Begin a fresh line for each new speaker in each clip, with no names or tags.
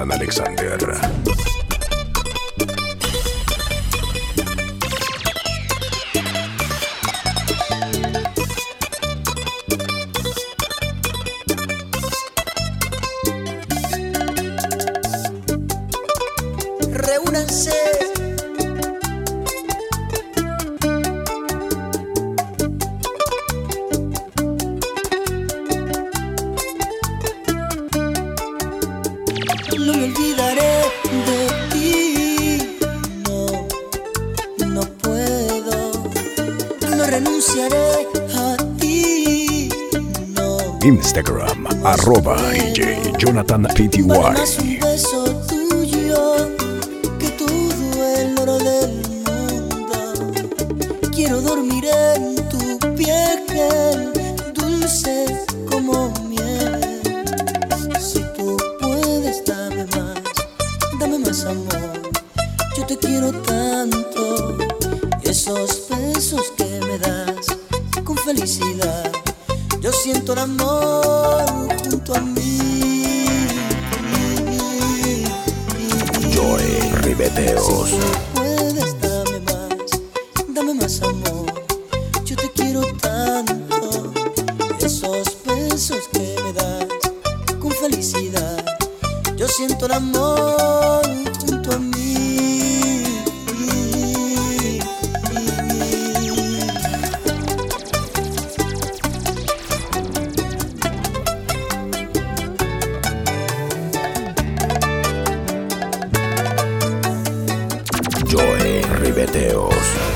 Jonathan Alexander.
Reúnanse. No me olvidaré de ti, no puedo, no renunciaré a ti, no.
Instagram, @DJ Jonathan PTY.
Vale más un beso tuyo que todo el oro del mundo. Quiero dormir en tu piel, dulce como miel. Si tú puedes, dame más amor. Yo te quiero tanto. Esos besos que me das con felicidad. Yo siento el amor junto a mí.
Joey Ribeteos.
Si tú puedes, dame más amor. Yo te quiero tanto. Esos besos que me das con felicidad. Yo siento el amor junto a mí.
Joey Ribeteos.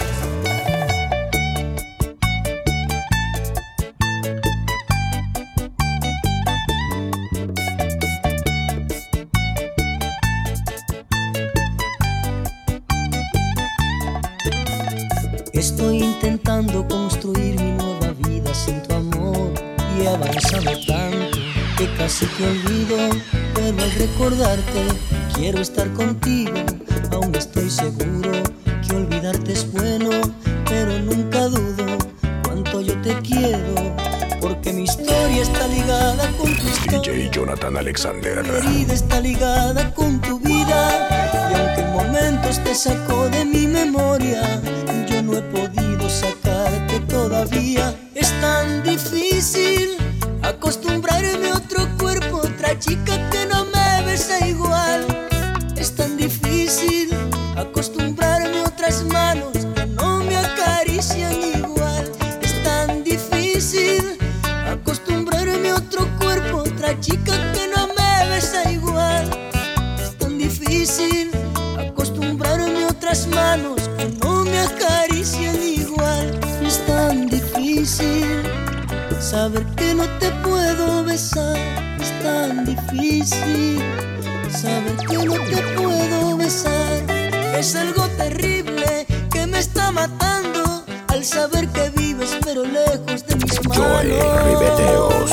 Estoy intentando construir mi nueva vida sin tu amor y he avanzado tanto que casi te olvido, pero al recordarte quiero estar contigo. Aún estoy seguro que olvidarte es bueno, pero nunca dudo cuánto yo te quiero, porque mi historia está ligada con tu historia.
DJ Jonathan Alexander.
Mi vida está ligada con tu vida, y aunque en momentos te sacó de mi memoria, yo no he podido sacarte todavía. Es tan difícil acostumbrarme a otro cuerpo, otra chica que no me besa igual. Es tan difícil acostumbrarme a otras manos que no me acarician igual. Es tan difícil acostumbrarme a otro cuerpo, otra chica que no me besa igual. Es tan difícil acostumbrarme a otras manos que no me acarician igual. Es tan difícil saber que no te puedo besar. Es tan difícil saber que no te puedo besar. Es algo terrible que me está matando al saber que vives pero lejos de mis manos.
Joey Ribeteos.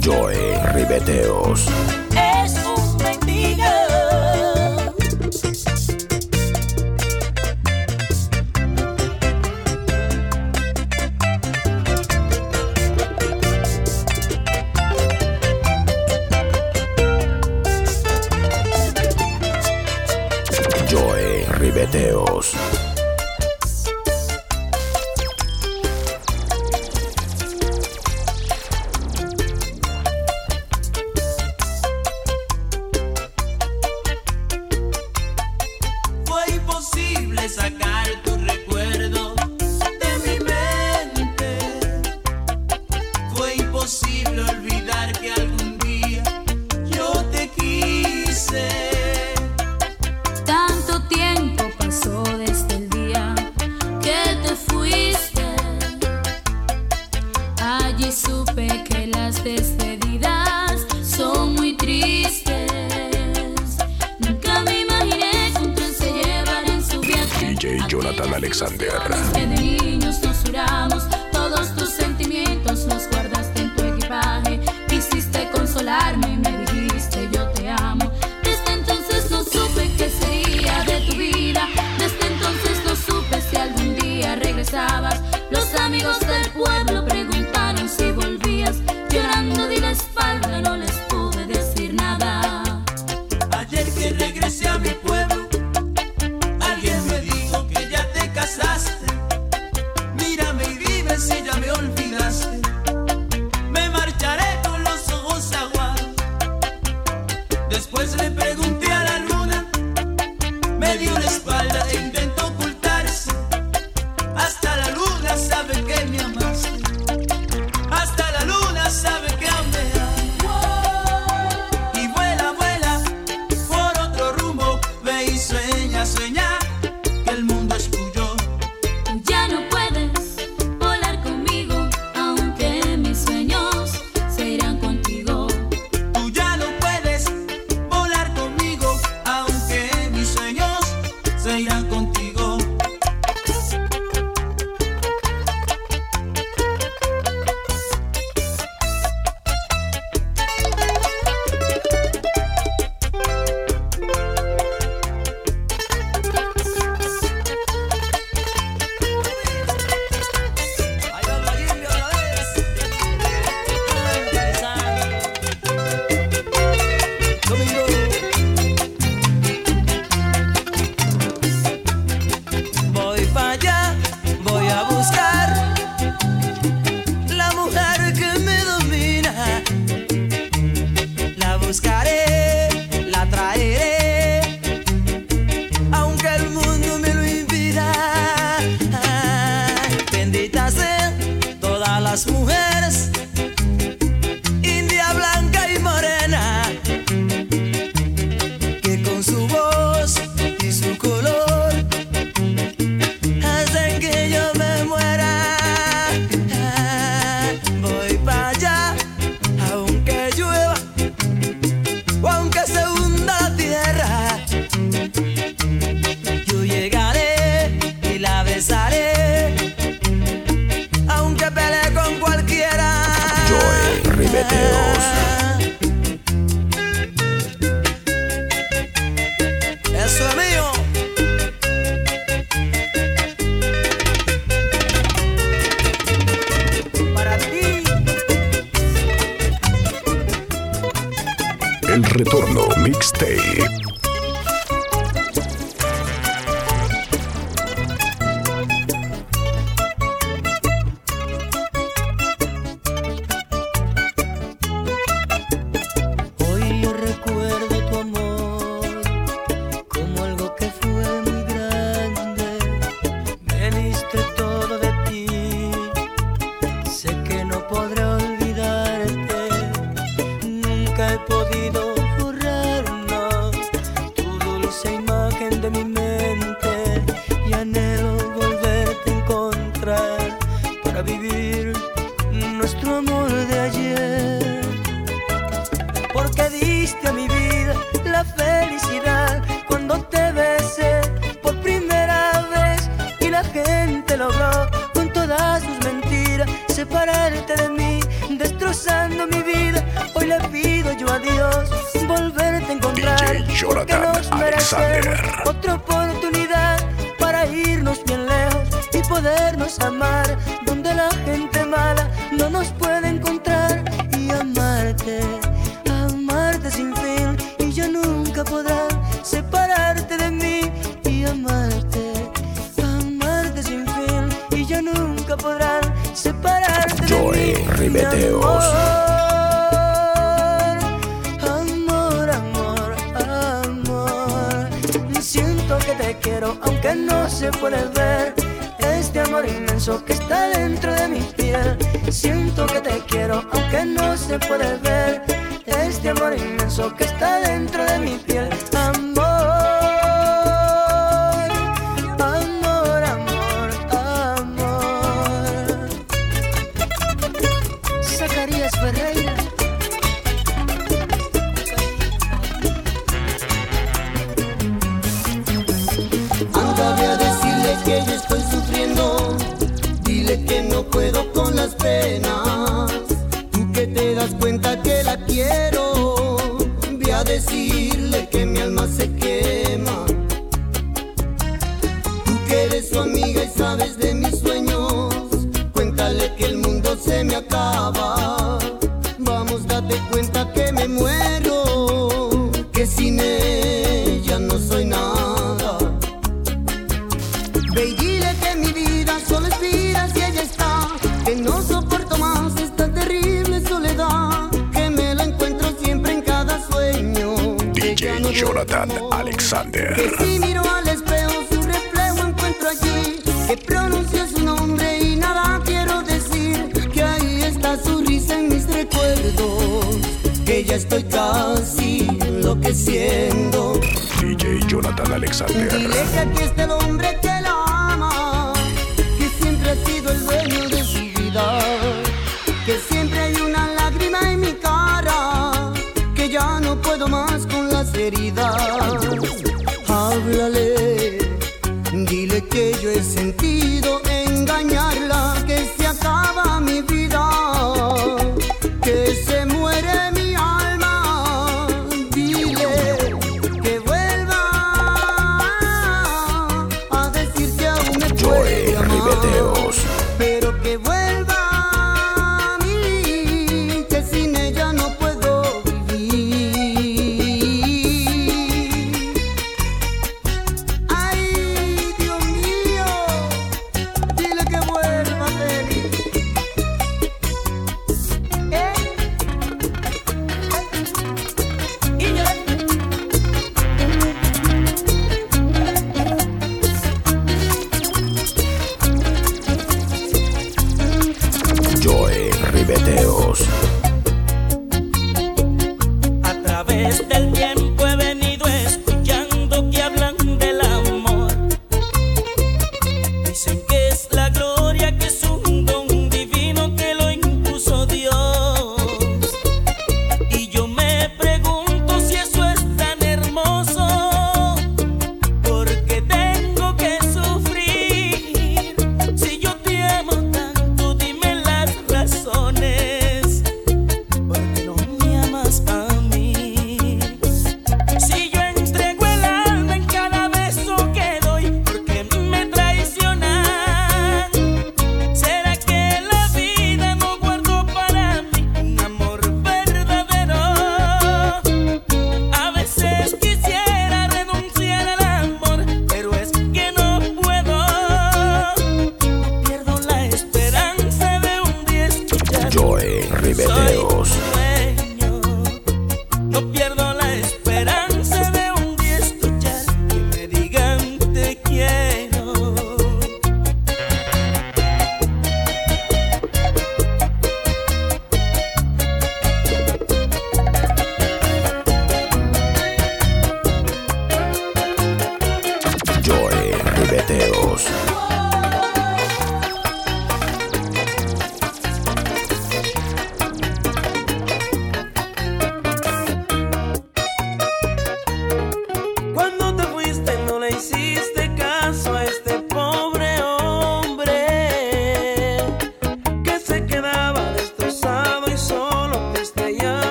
Joe Ribeteos.
Es un mendigo.
Joe Ribeteos.
Fue imposible sacar tu recuerdo de mi mente. Fue imposible olvidar que algún día yo te quise.
Tanto tiempo pasó desde el día que te fuiste. Allí supe que las despedidas son muy tristes. Nunca me imaginé que un tren se llevara en su viaje
DJ Jonathan Alexander.
que de niños nos juramos. Todos tus sentimientos los guardaste en tu equipaje. Quisiste consolarme y me dijiste yo te amo. Desde entonces no supe qué sería de tu vida. Desde entonces no supe si algún día regresabas. Los amigos del pueblo preguntaron si volvías. Llorando di la espalda, no les pude decir nada.
Ayer que regresé a mi pueblo, alguien me dijo que ya te casaste. Mírame y dime si ya me olvidaste. Me marcharé con los ojos aguados. Después le pregunté a la luna, me dio la espalda e intentó ocultarse. Hasta la luna sabe que me amaste. Hasta la luna sabe que aún me amas. Y vuela, vuela por otro rumbo. Ve y sueña, sueña que el mundo es tuyo.
Tú ya no puedes volar conmigo, aunque mis sueños se irán contigo.
Tú ya no puedes volar conmigo, aunque mis sueños se irán contigo. Ahí va la Jimmy otra vez. Domingo. Voy para allá, voy a buscar la mujer que me domina. La buscaré, la traeré, aunque el mundo me lo impida. Benditas sean todas las mujeres, india, blanca y morena, que con su voz y su color hacen que yo me muera. Voy para allá, aunque llueva o aunque se hunda la tierra. Yo llegaré y la besaré, aunque pelee con cualquiera.
Joe Ribeteos.
Eso es mío. Para ti.
El Retorno Mixtape.
Hoy yo recuerdo tu amor como algo que fue muy grande. Me diste todo de ti. Sé que no podré olvidarte. Nunca he podido borrarnos tu dulce imagen de mi mente. Y anhelo volverte a encontrar para vivir nuestro amor de ayer. Porque diste a mi vida la felicidad cuando te besé por primera vez. Y la gente logró con todas sus mentiras separarte de mí, destrozando mi vida le pido yo a Dios volverte a encontrar,
DJ Jonathan
porque nos merecemos
Alexander.
otra oportunidad para irnos bien lejos y podernos amar, donde la gente mala no nos puede encontrar. Y amarte, amarte sin fin, y yo nunca podré separarte de mí. Y amarte, amarte sin fin, y yo nunca podré separarte de mí.
Joey Ribeteos.
Amor, amor, amor. Siento que te quiero aunque no se puede ver, este amor inmenso que está dentro de mi piel. Siento que te quiero aunque no se puede ver, este amor inmenso que está dentro de mi piel. Amor, amor, amor, amor. Zacarías Ferreira.
Anda, ve a decirle que yo estoy sufriendo, dile que no puedo con las penas. Tú que te das cuenta que la quiero, ve a decirle que mi alma se quema. Tú que eres su amiga y sabes de mis sueños, cuéntale que el mundo se me acaba. Vamos, date cuenta que me muero, que sin ella no soy nada. Ve y dile que mi vida solo es vida si ella está, que no soporto más esta terrible soledad, que me la encuentro siempre en cada sueño.
DJ Jonathan Alexander.
Que si miro al espejo su reflejo encuentro allí, que pronuncio su nombre y nada quiero decir, que ahí está su risa en mis recuerdos, que ya estoy casi enloqueciendo.
DJ Jonathan Alexander.
Dile que aquí está el hombre que la ama, que siempre ha sido el dueño de su vida, que siempre hay una lágrima en mi cara, que ya no puedo más con las heridas. Háblale, dile que yo he sentido engañarla, que se acaba mi vida, que se muere mi alma. Dile que vuelva a decir que aún me
Joey
puede amar,
Ribeteos.
pero que vuelva a mí, que sin ella no puedo vivir. Ay, Dios mío, dile que vuelva a venir. Y yo
Joey Ribeteos.
A través del tiempo he venido escuchando que hablan del amor. Dicen que es la gloria, que es un don divino que lo impuso Dios. Y yo me pregunto si eso es tan hermoso, ¿por qué tengo que sufrir? Si yo te amo tanto, dime las razones. ¿Por qué no me amas a mí?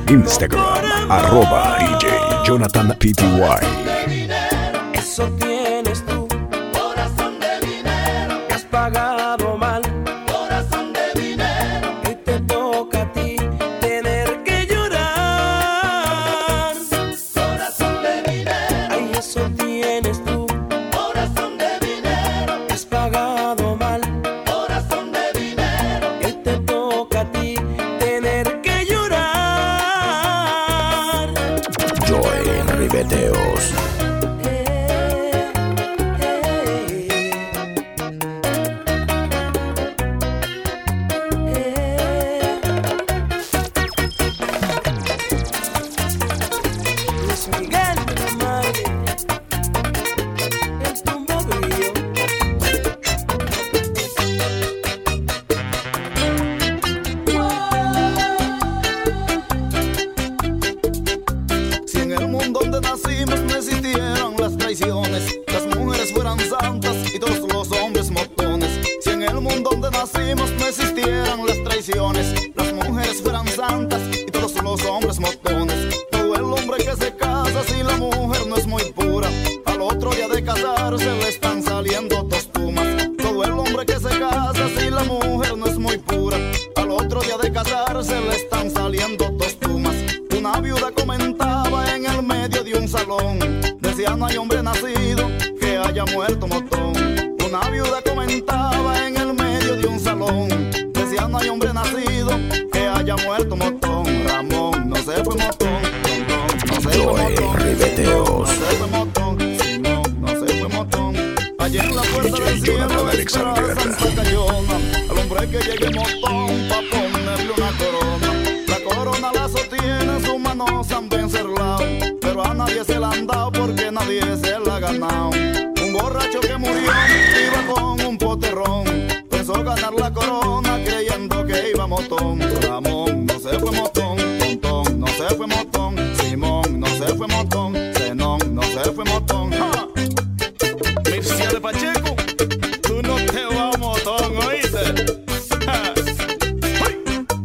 Instagram, @DJ Jonathan PTY.
Eso tienes tú,
Corazón de dinero,
que has pagado mal,
corazón de dinero,
y te toca a ti tener que llorar.
corazón de dinero,
Ay, eso tienes tú,
corazón de dinero,
que has pagado mal,
corazón de dinero,
y te toca a ti tener que llorar.
Joy Ribeteos.
Luis Miguel de la Madre, el tumbo brillo.
Si en el mundo donde nacimos no existieran las traiciones, las mujeres fueran santas y todos los hombres motones. Si en el mundo donde nacimos no existieran las traiciones, las mujeres fueran santas y todos los hombres motones. Todo el hombre que se casa si la mujer no es muy pura, al otro día de casarse le están saliendo tostumas. Todo el hombre que se casa si la mujer no es muy pura, al otro día de casarse le están saliendo tostumas. Una viuda comentaba en el medio de un salón, decía no hay hombre nacido que haya muerto motón. Una viuda comentaba en el medio de un salón, decía no hay hombre nacido que haya muerto motón. Ramón no se fue motón, no se fue
Joy
motón,
Ribeteos.
no se fue motón, Simón no se fue motón. Allí en la puerta del
DJ
cielo
Jonathan
espera
Alexander.
Santa Cayona al hombre que llegue motón pa' ponerle una corona. La corona la sostiene su mano San Vencerlao, pero a nadie se la han dado porque nadie se la ha ganado. Un borracho que murió iba con un poterrón, pensó ganar la corona creyendo que iba motón. Ramón no se fue motón, Tontón no se fue motón, Simón no se fue motón, Zenón no se fue motón. ¡Ja! Mircea de Pacheco, tú no te vas motón, ¿oíste? ¡Ja! ¡Ay!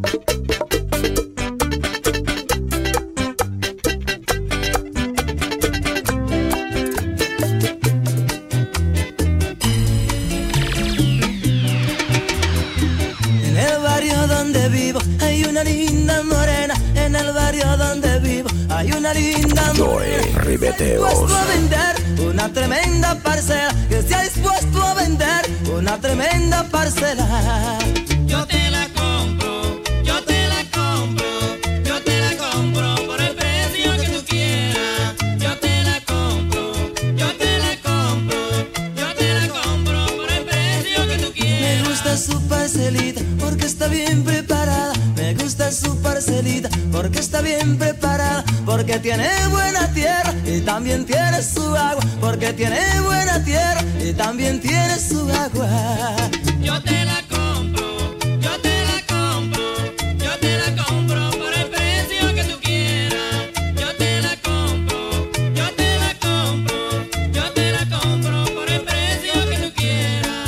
En el barrio donde vivo hay una linda morena. En el barrio donde vivo hay una linda
Joy
morena.
Ribeteos.
Dispuesto a vender una tremenda parcela. Que se ha dispuesto a vender una tremenda parcela.
Yo te la compro, yo te la compro, yo te la compro por el precio que tú quieras. Yo te la compro, yo te la compro, yo te la compro por el precio que tú quieras.
Me gusta su parcelita porque está bien preparada. Me gusta su parcelita porque está bien preparada. Porque tiene buena tierra y también tiene su agua. Porque tiene buena tierra y también tiene su agua.
Yo te la compro, yo te la compro, yo te la compro por el precio que tú quieras. Yo te la compro, yo te la compro, yo te la compro por el precio que tú quieras.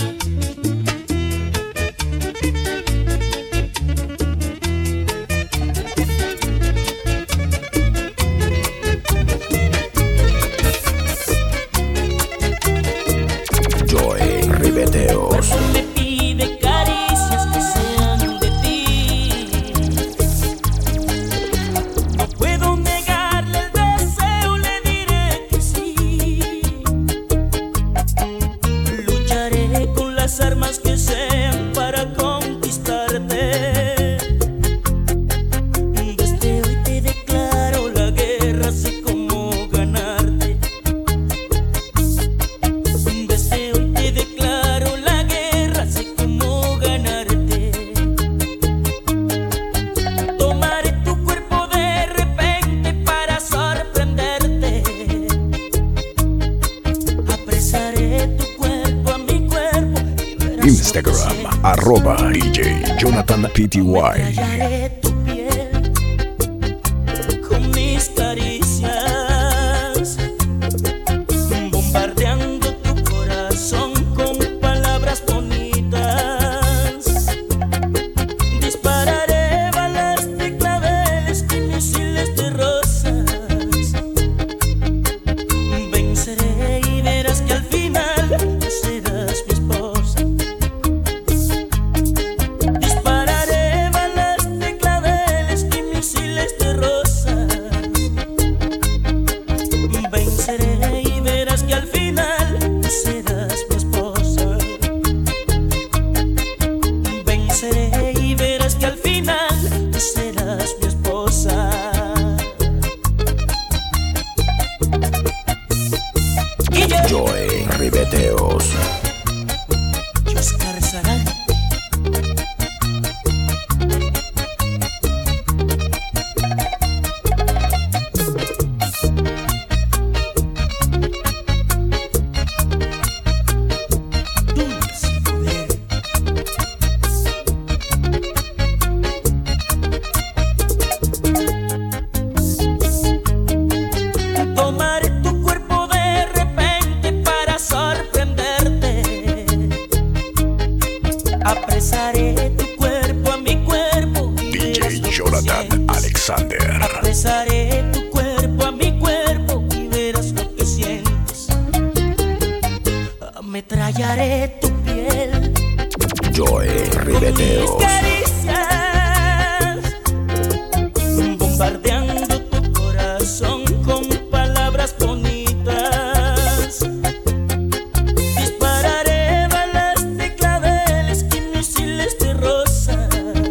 Joy Ribeteos.
Me pide caricias que sean de ti. No puedo negarle el deseo, le diré que sí. Lucharé con las armas que sean para conquistarte. Desde hoy te declaro la guerra, sé cómo ganarte. Desde hoy te declaro la guerra, sé cómo ganarte. Tomaré tu cuerpo de repente para sorprenderte. Apresaré tu cuerpo a mi cuerpo y verás lo que
Instagram,
siento.
@DJ Jonathan PTY.
Rayaré tu piel con mis caricias, bombardeando tu corazón con palabras bonitas. Dispararé balas de claveles y misiles Venceré y verás que al final tú serás mi esposa. Venceré y verás que al final tú serás mi esposa. Y
Joey Ribeteos.
Oscar Sarán. Tomaré tu cuerpo de repente para sorprenderte. Apresaré tu cuerpo a mi cuerpo y verás lo
DJ
que
Jonathan
sientes.
Alexander.
Apresaré tu cuerpo a mi cuerpo y verás lo que sientes. Ametrallaré tu piel
Joey
con mis
Ribeteos.
caricias, bombardeando tu corazón con palabras bonitas. Dispararé balas de claveles y misiles de rosas.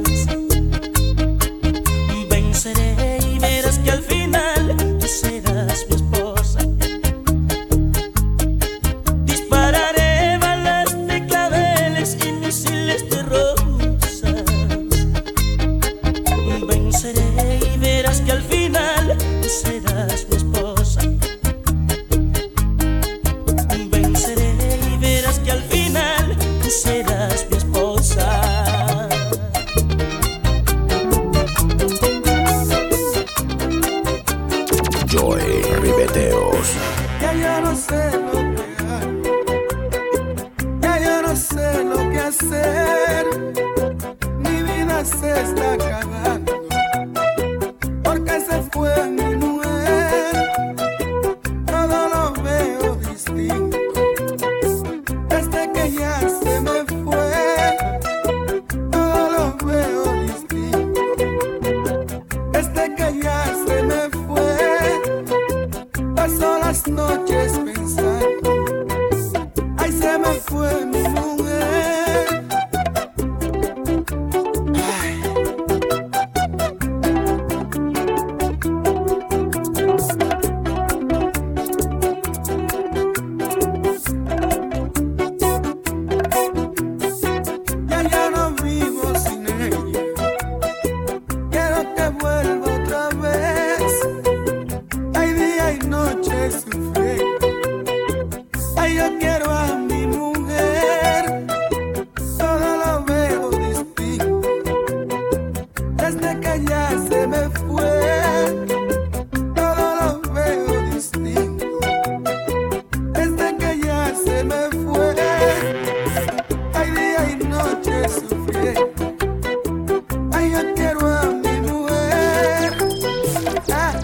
Venceré y verás que al final tú serás mi esposa. Dispararé balas de claveles y misiles de rosas. Venceré y verás que al final tú serás mi esposa. Venceré y verás que al final tú serás mi esposa.
Joey Ribeteos.
Ya yo no sé lo que hago, ya yo no sé lo que hacer. Mi vida se está acabando porque se fue mi mujer. Todo lo veo distinto desde que ya se me fue. Todo lo veo distinto desde que ya se me fue. Paso las noches pensando, ay, se me fue mi mujer. Ay. Ya no vivo sin ella, quiero que vuelva otra vez. Hay día y noche sufriendo, ay, yo quiero a mi mujer. Todo lo veo distinto desde que ya se me fue. Todo lo veo distinto desde que ya se me fue. Hay día y noche sufriendo, ay, yo quiero a mi mujer. Ah,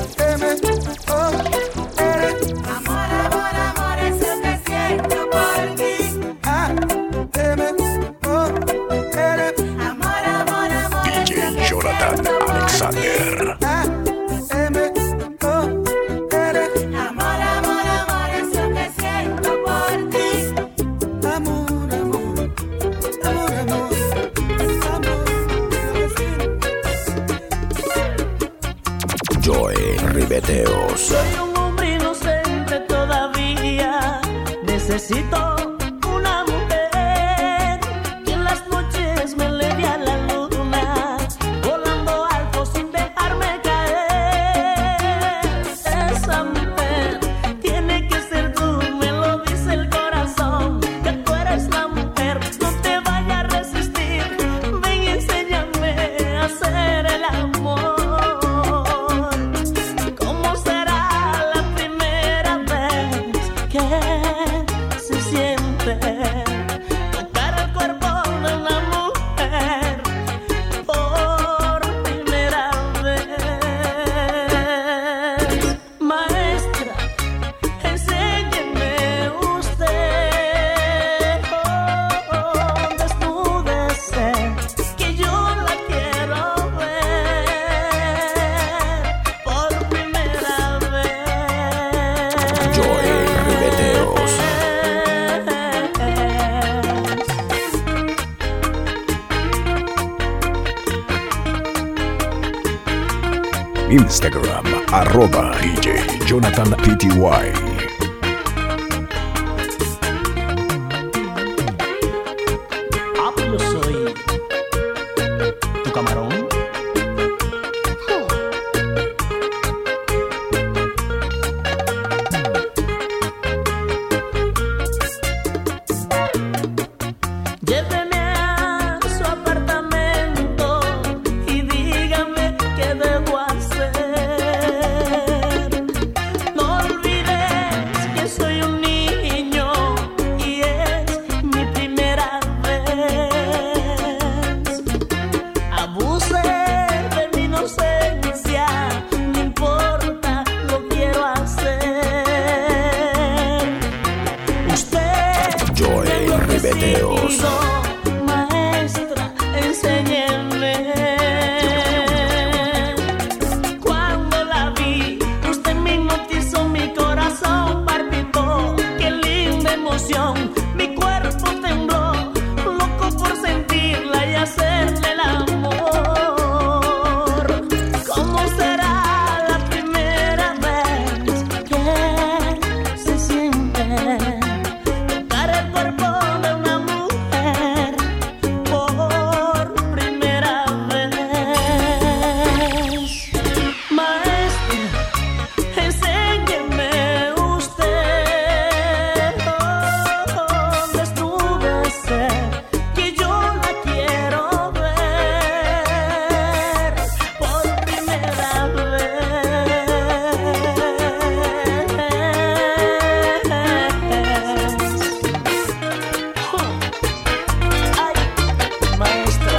Amor, amor, amor, eso que siento por ti. Amor, amor, amor,
DJ
eso que
Jonathan
siento por ti.
Alexander.
Amor, amor, amor, eso que siento por ti.
Amor, amor, amor, amor,
Joey Ribeteos.
Soy un hombre inocente todavía. Necesito una mujer que en las noches me eleve a la luna, volando alto sin dejarme caer. Esa mujer tiene que ser tú, me lo dice el corazón, que tú eres la mujer. No te vayas a resistir, ven y enséñame a hacer el amor. ¿Cómo será la primera vez que se siente
Instagram, @DJ Jonathan Pty.
Yo soy tu camarón.
Lléveme a su apartamento y dígame qué debo hacer. No olvides que soy un niño y es mi primera vez. Abuse de mi inocencia, no importa, lo quiero hacer. Usted
Joey Ribeteos.
Maestra, enséñeme. Cuando la vi, usted me hipnotizó, mi corazón palpitó. Qué linda emoción, mi cuerpo tembló, loco por sentirla y hacerle el amor. ¿Cómo será la primera vez que se siente tocar el cuerpo de una mujer por primera vez? Maestra, enséñeme usted, desnúdese, que yo la quiero ver por primera vez. Ay, maestra.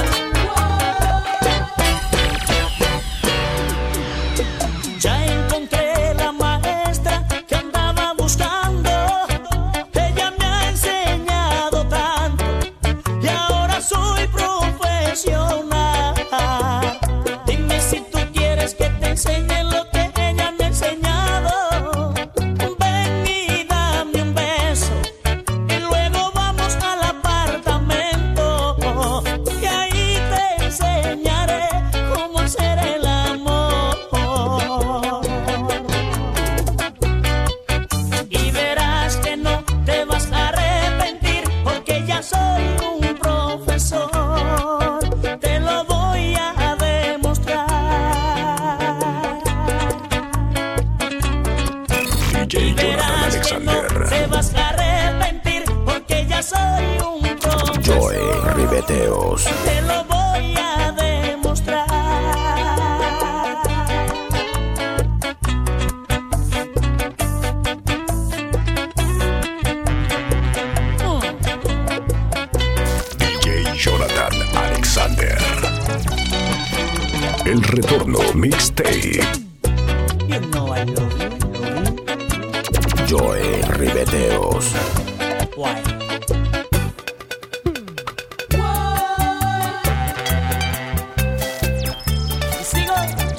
Ya encontré la maestra que andaba buscando. Ella me ha enseñado tanto y ahora soy profesional. Dime si tú quieres que te enseñe lo que ella me ha enseñado. Ven y dame un beso y luego vamos al apartamento y ahí te enseñaré cómo hacer el amor. Y verás que no te vas a arrepentir porque ya soy un profesor. Te lo voy a demostrar.
DJ Jonathan
Verás que no
Alexander.
te vas a arrepentir porque ya soy un profesor.
Joey Ribeteos.
Te lo voy a demostrar.
DJ Jonathan Alexander. El retorno mixtape.
You know I love you.
Joey Ribeteos.
Why?
Y sigo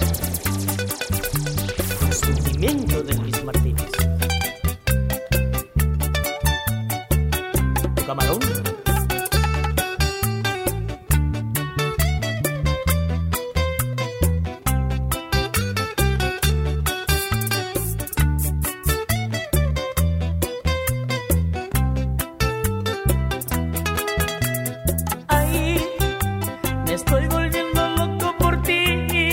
con sentimiento de Luis Martínez. Tu camarón. Ay, me estoy volviendo loco por ti.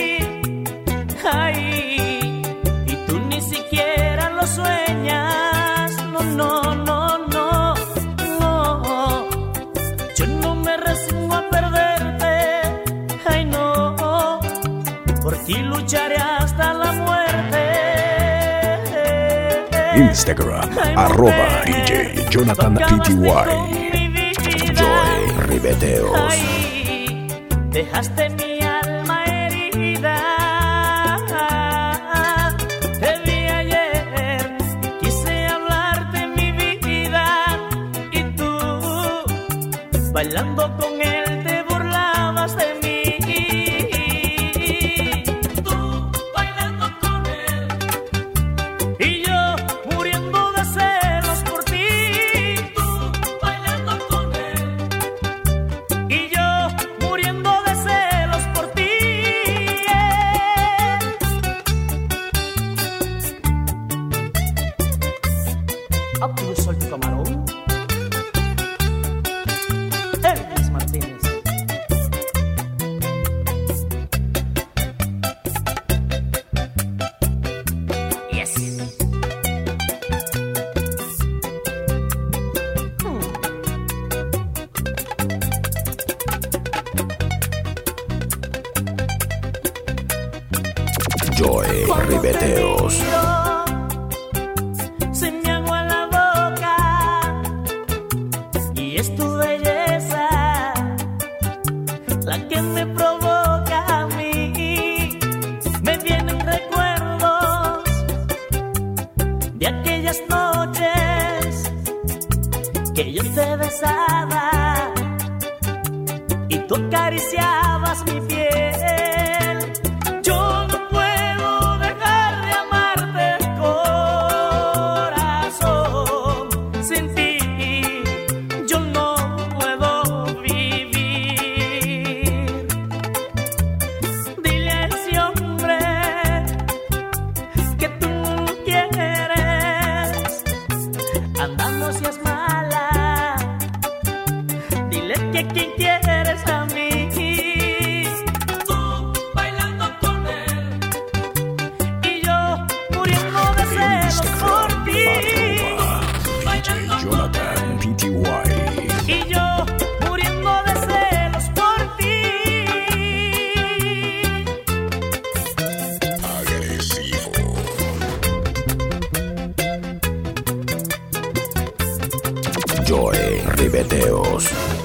Ay, y tú ni siquiera lo sueñas. No, no, no, no, no. Yo no me resigno a perderte. Ay, no. Por ti lucharé hasta la muerte.
Instagram, @DJ Jonathan Pty. Joey Ribeteos.
Ay, dejaste mi alma herida. Te vi ayer y quise hablarte mi vida. Y tú, bailando con él, te burlabas de mí. Tú, bailando con él. Y yo, muriendo de celos por ti. Tú, bailando con él. Y yo, muriendo de celos por ti.
Joey Ribeteos.
Se me agua la boca y es tu belleza la que me provoca a mí. Me vienen recuerdos de aquellas noches que yo te besaba y tú acariciabas mi piel. Yo no puedo dejar de amarte, corazón. Sin ti yo no puedo vivir. Dile a ese hombre que tú no lo quieres. Anda, no seas mala. Dile que quien quieres a mí. Tú bailando con él y yo muriendo de celos por ti. Bailando con
Jonathan
él
PTY.
y yo muriendo de celos por ti.
Agresivo. Joey Ribeteos.